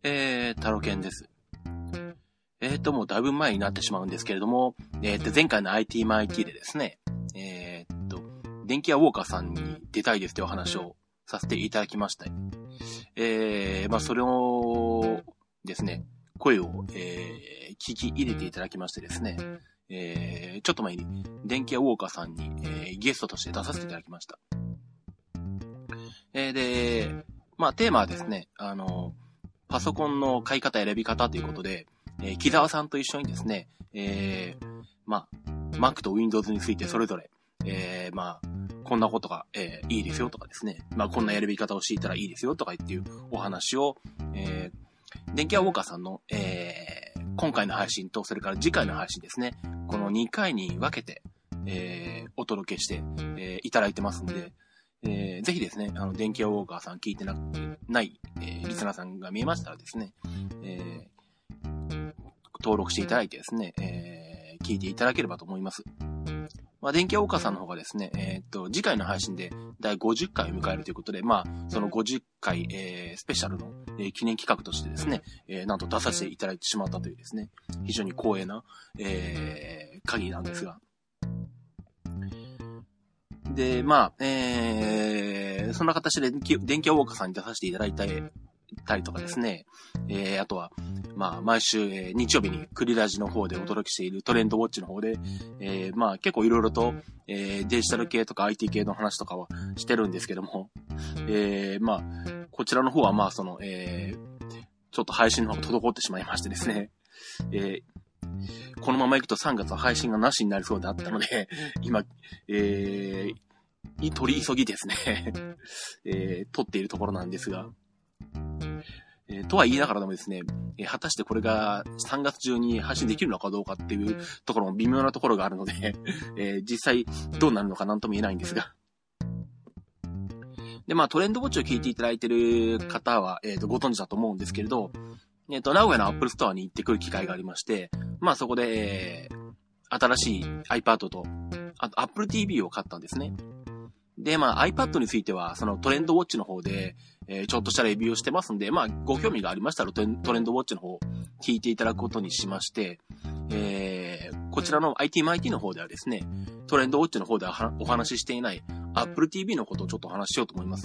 タロケンです。もうだいぶ前になってしまうんですけれども、前回の IT マイティでですね、電気屋ウォーカーさんに出たいですというお話をさせていただきました。それをですね、声を、聞き入れていただきましてですね、ちょっと前に電気屋ウォーカーさんに、ゲストとして出させていただきました。テーマはですね、パソコンの買い方選び方ということで、木澤さんと一緒にですね、Mac と Windows についてそれぞれ、こんなことが、いいですよとかですね、こんな選び方をしていたらいいですよとかっていうお話を、電気屋ウォーカーさんの、今回の配信とそれから次回の配信ですね、この2回に分けて、お届けして、いただいてますんで、ぜひですね、電気屋ウォーカーさん聞いてない、リスナーさんが見えましたらですね、登録していただいてですね、聞いていただければと思います。電気屋ウォーカーさんの方がですね、次回の配信で第50回を迎えるということで、その50回、スペシャルの、記念企画としてですね、なんと出させていただいてしまったというですね、非常に光栄な、限りなんですが。で、そんな形で電気屋ウォーカーさんに出させていただいたりとかですね、あとは、毎週、日曜日にクリラジの方でお届けしているトレンドウォッチの方で、結構いろいろと、デジタル系とか IT 系の話とかはしてるんですけども、こちらの方はちょっと配信の方が滞ってしまいましてですね、このまま行くと3月は配信がなしになりそうであったので、今、取り急ぎですね、撮っているところなんですが、とは言いながらでもですね、果たしてこれが3月中に配信できるのかどうかっていうところも微妙なところがあるので、実際どうなるのかなんとも言えないんですが。で、トレンドウォッチを聞いていただいている方は、ご存知だと思うんですけれど、名古屋の Apple Store に行ってくる機会がありまして、そこで、新しい iPad と、あと Apple TV を買ったんですね。で、iPad については、そのトレンドウォッチの方で、ちょっとしたレビューをしてますんで、ご興味がありましたらトレンドウォッチの方、聞いていただくことにしまして、こちらの IT マイティの方ではですね、トレンドウォッチの方ではお話ししていない Apple TV のことをちょっとお話ししようと思います。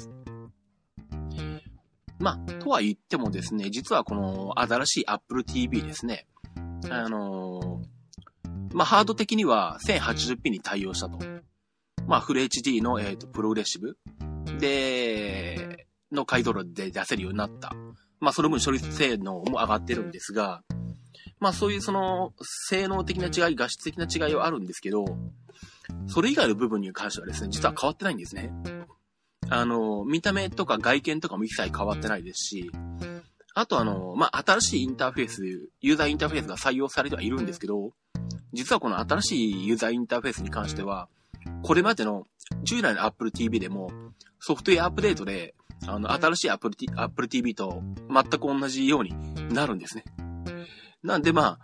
とは言ってもですね、実はこの新しい Apple TV ですね、ハード的には 1080p に対応したと。フル HD の、プログレッシブで、の解像度で出せるようになった。その分処理性能も上がってるんですが、そういうその、性能的な違い、画質的な違いはあるんですけど、それ以外の部分に関してはですね、実は変わってないんですね。見た目とか外見とかも一切変わってないですし、あと新しいインターフェース、ユーザーインターフェースが採用されてはいるんですけど、実はこの新しいユーザーインターフェースに関しては、これまでの従来の Apple TV でもソフトウェアアップデートで新しい Apple TV と全く同じようになるんですね。なんで画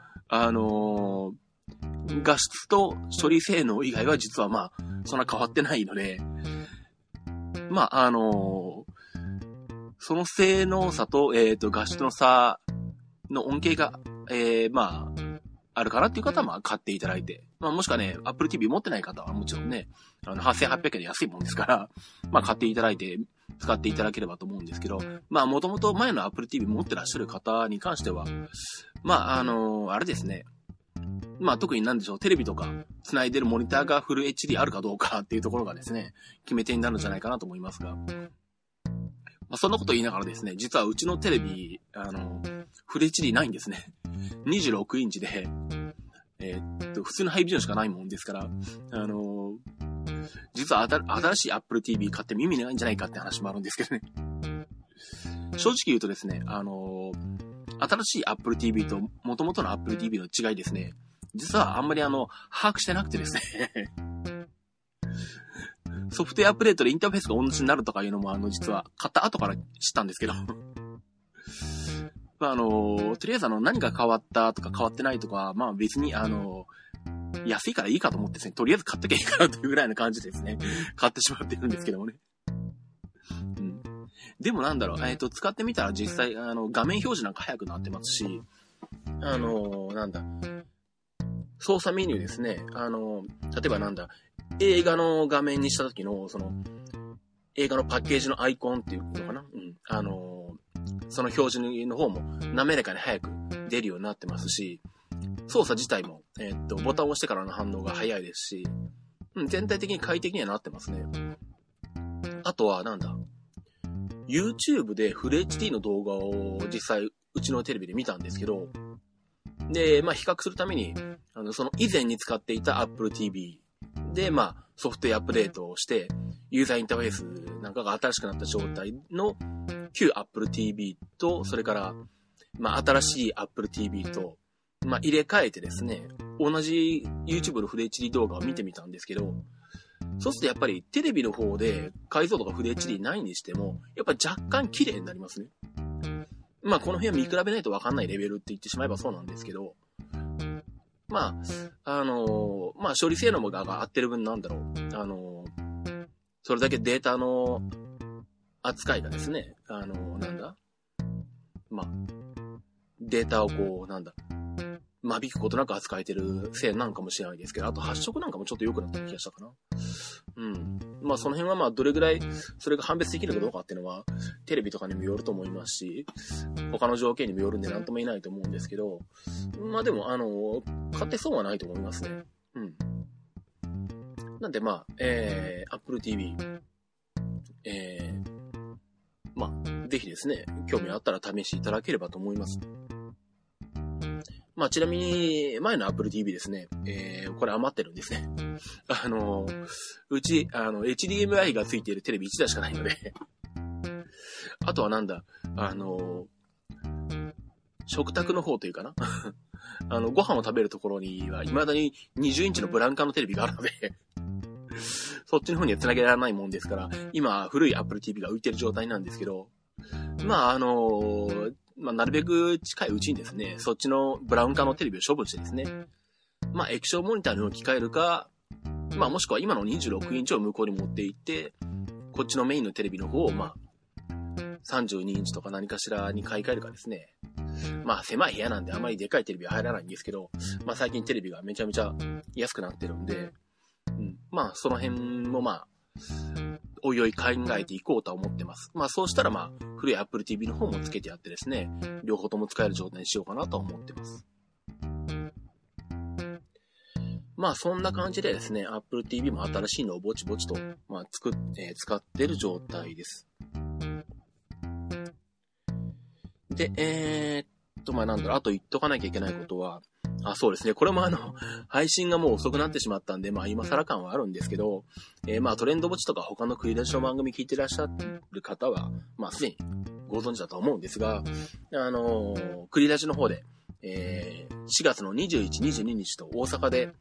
質と処理性能以外は実はそんな変わってないので、その性能差と画質の差の恩恵があるかなっていう方は買っていただいて、もしくはね、Apple TV 持ってない方はもちろんね、8800円で安いもんですから、買っていただいて、使っていただければと思うんですけど、もともと前の Apple TV 持ってらっしゃる方に関しては、あれですね、特になんでしょう、テレビとか繋いでるモニターがフル HD あるかどうかっていうところがですね、決め手になるんじゃないかなと思いますが、そんなこと言いながらですね、実はうちのテレビ、フル HD ないんですね。26インチで、普通のハイビジョンしかないもんですから、実は新しい Apple TV 買って耳ないんじゃないかって話もあるんですけどね。正直言うとですね、新しい Apple TV と元々の Apple TV の違いですね、実はあんまり把握してなくてですね、ソフトウェアアップデートでインターフェースが同じになるとかいうのも実は買った後から知ったんですけど、とりあえず何が変わったとか変わってないとか、別に安いからいいかと思ってですね、とりあえず買っときゃいいかなというぐらいの感じでですね、買ってしまってるんですけどもね。 でもなんだろう、使ってみたら実際、画面表示なんか早くなってますし、なんだ、操作メニューですね。例えばなんだ、映画の画面にした時の、映画のパッケージのアイコンっていうのかな、その表示の方も滑らかに早く出るようになってますし、操作自体も、ボタンを押してからの反応が早いですし、全体的に快適にはなってますね。あとはなんだ、YouTube でフル HD の動画を実際うちのテレビで見たんですけど、で、まあ比較するために、その以前に使っていた Apple TV で、まあソフトウェアアップデートをして、ユーザーインターフェースなんかが新しくなった状態の旧 Apple TV と、それから、まあ新しい Apple TV と、まあ入れ替えてですね、同じ YouTube のフル HD 動画を見てみたんですけど、そうするとやっぱりテレビの方で解像度がフル HD ないにしても、やっぱ若干綺麗になりますね。まあこの辺は見比べないと分かんないレベルって言ってしまえばそうなんですけど、まあ、まあ処理性能が上がってる分なんだろう。それだけデータの扱いがですね、なんだまあ、データをこう、なんだ間引くことなく扱えてるせいなんかもしれないですけど、あと発色なんかもちょっと良くなった気がしたかな。まあその辺はまあどれぐらいそれが判別できるかどうかっていうのはテレビとかにもよると思いますし、他の条件にもよるんで何とも言えないと思うんですけど、まあでも買って損はないと思いますね。なんでまあ、Apple TV、まあぜひですね、興味あったら試していただければと思います。まあ、ちなみに、前の Apple TV ですね。これ余ってるんですね。うち、HDMI がついているテレビ1台しかないのであとはなんだ、食卓の方というかなご飯を食べるところには、未だに20インチのブラウン管のテレビがあるのでそっちの方には繋げられないもんですから、今、古い Apple TV が浮いてる状態なんですけど、まあ、まあ、なるべく近いうちにですね、そっちのブラウン管のテレビを処分してですね、まあ、液晶モニターに置き換えるか、まあ、もしくは今の26インチを向こうに持っていって、こっちのメインのテレビの方を、まあ、32インチとか何かしらに買い替えるかですね。まあ、狭い部屋なんであまりでかいテレビは入らないんですけど、まあ、最近テレビがめちゃめちゃ安くなってるんで、まあ、その辺もまあ、おいおい考えていこうとは思ってます。まあそうしたらまあ古い Apple TV の方もつけてやってですね、両方とも使える状態にしようかなと思ってます。まあそんな感じでですね、Apple TV も新しいのをぼちぼちと、まあ使ってる状態です。で、まあなんだろう、あと言っとかなきゃいけないことは、そうですね。これも配信がもう遅くなってしまったんで、まあ今更感はあるんですけど、まあトレンドウォッチとか他の繰り出しの番組聞いてらっしゃる方は、まあすでにご存知だと思うんですが、繰り出しの方で、4月の21、22日と大阪で、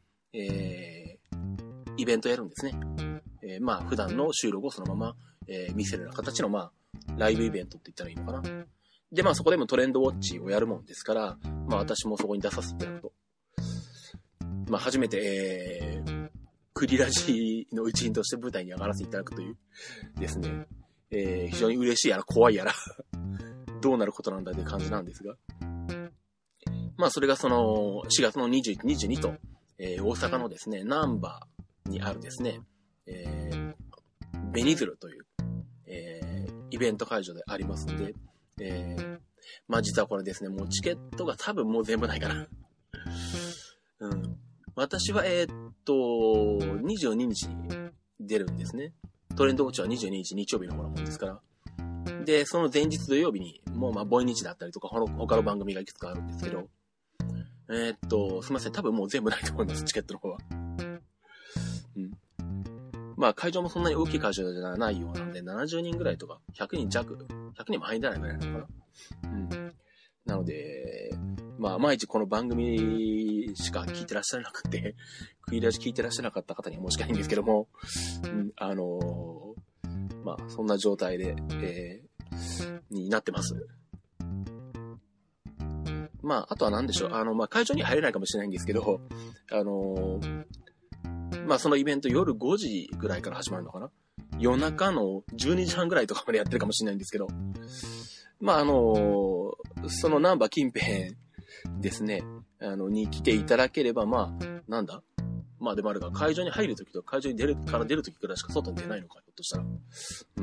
イベントやるんですね。まあ普段の収録をそのまま、見せるような形のまあライブイベントって言ったらいいのかな。で、まあそこでもトレンドウォッチをやるもんですから、まあ私もそこに出させていただくと。まあ初めて、クリラジの一員として舞台に上がらせていただくというですね、非常に嬉しいやら怖いやらどうなることなんだという感じなんですが。まあそれがその4月の21、22と、大阪のですね、難波にあるですね、ベニズルという、イベント会場でありますので、まあ実はこれですね、もうチケットが多分もう全部ないかな。私は22日に出るんですね。トレンドウォッチは22日日曜日の方なもんですから。で、その前日土曜日に、もうまあボイ日だったりとか、他の番組がいくつかあるんですけど、すいません、多分もう全部ないと思います、チケットの方は。まあ会場もそんなに大きい会場じゃないようなので、70人ぐらいとか、100人弱、100人も入らないぐらいなのかな。なので、まあ毎日この番組しか聞いてらっしゃらなくて、クイラジ聞いてらっしゃらなかった方には申し訳ないんですけども、まあそんな状態で、になってます。まああとは何でしょう、まあ会場には入れないかもしれないんですけど、まあそのイベント夜5時ぐらいから始まるのかな。 夜中の12時半ぐらいとかまでやってるかもしれないんですけど、まあ、そのナンバー近辺ですね、に来ていただければ、まあ、なんだまあでもあるが、会場に入るときと会場に出るときくらいしか外に出ないのか、ひょっとしたら。うん。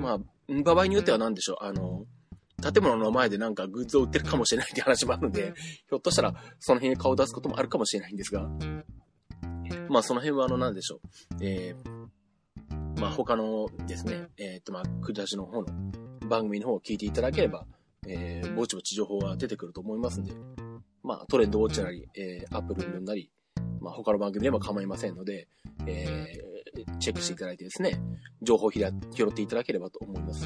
まあ、場合によっては何でしょう、建物の前でなんかグッズを売ってるかもしれないって話もあるので、ひょっとしたらその辺に顔を出すこともあるかもしれないんですが、まあその辺はなんでしょう、まあ他のですね、まあ、クリラジの方の番組の方を聞いていただければ、ぼちぼち情報は出てくると思いますんで、まあトレンドウォッチなり、アップルなり、まあ他の番組でも構いませんので、チェックしていただいてですね、情報を拾っていただければと思います。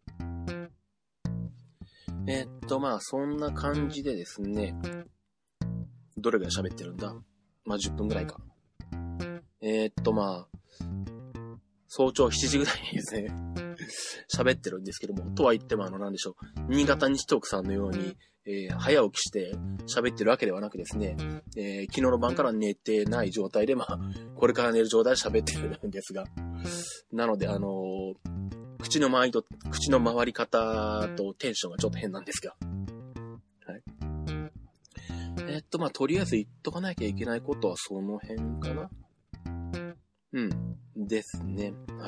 まあそんな感じでですね、どれぐらい喋ってるんだ？まあ10分ぐらいか。まあ、早朝7時ぐらいにですね、喋ってるんですけども、とは言ってもなんでしょう、新潟西トークさんのように、早起きして喋ってるわけではなくですね、昨日の晩から寝てない状態で、まあ、これから寝る状態で喋ってるんですが、なので、口の回り方とテンションがちょっと変なんですが、はい。まあ、とりあえず言っとかなきゃいけないことはその辺かな。うん。ですね。はい。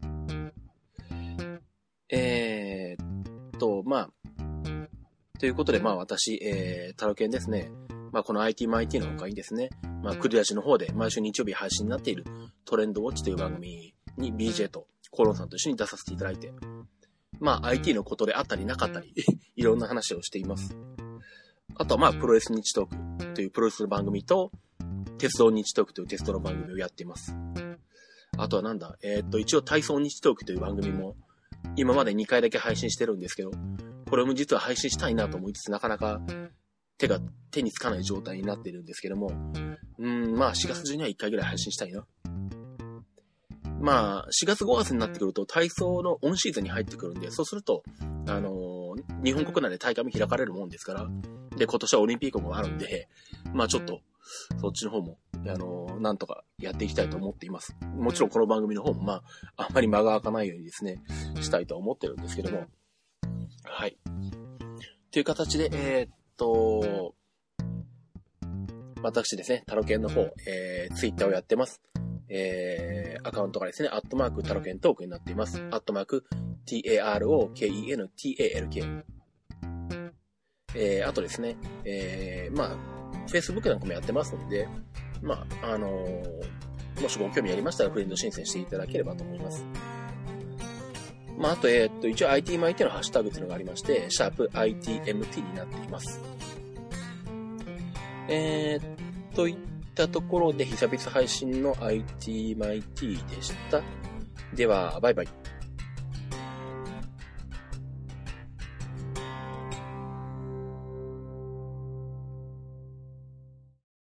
まあ、ということで、まあ私、タロケンですね。まあこの IT マイティの他にですね、まあクリラジの方で毎週日曜日配信になっているトレンドウォッチという番組に BJ とコロンさんと一緒に出させていただいて、まあ IT のことであったりなかったり、いろんな話をしています。あとはまあプロレス日トークというプロレスの番組と、鉄道日トークという鉄道の番組をやっています。あとはなんだ、一応体操日トークという番組も今まで2回だけ配信してるんですけど、これも実は配信したいなと思いつつなかなか手につかない状態になっているんですけども、まあ4月中には1回ぐらい配信したいな。まあ4月5月になってくると体操のオンシーズンに入ってくるんで、そうすると日本国内で大会も開かれるもんですから、で今年はオリンピックもあるんで、まあちょっとそっちの方もなんとかやっていきたいと思っています。もちろんこの番組の方もまああんまり間が空かないようにですねしたいと思ってるんですけども、はい。という形で私ですねタロケンの方、ツイッターをやってます。アカウントがですね、@タロケントークになっています。@TAROKENTALK。あとですね、まあ、Facebook なんかもやってますので、まあ、もしご興味ありましたらフレンド申請していただければと思います。まあ、あと、一応 IT マイティのハッシュタグというのがありまして、#ITMT になっています。といったところで久々配信の IT マイティでした。では、バイバイ。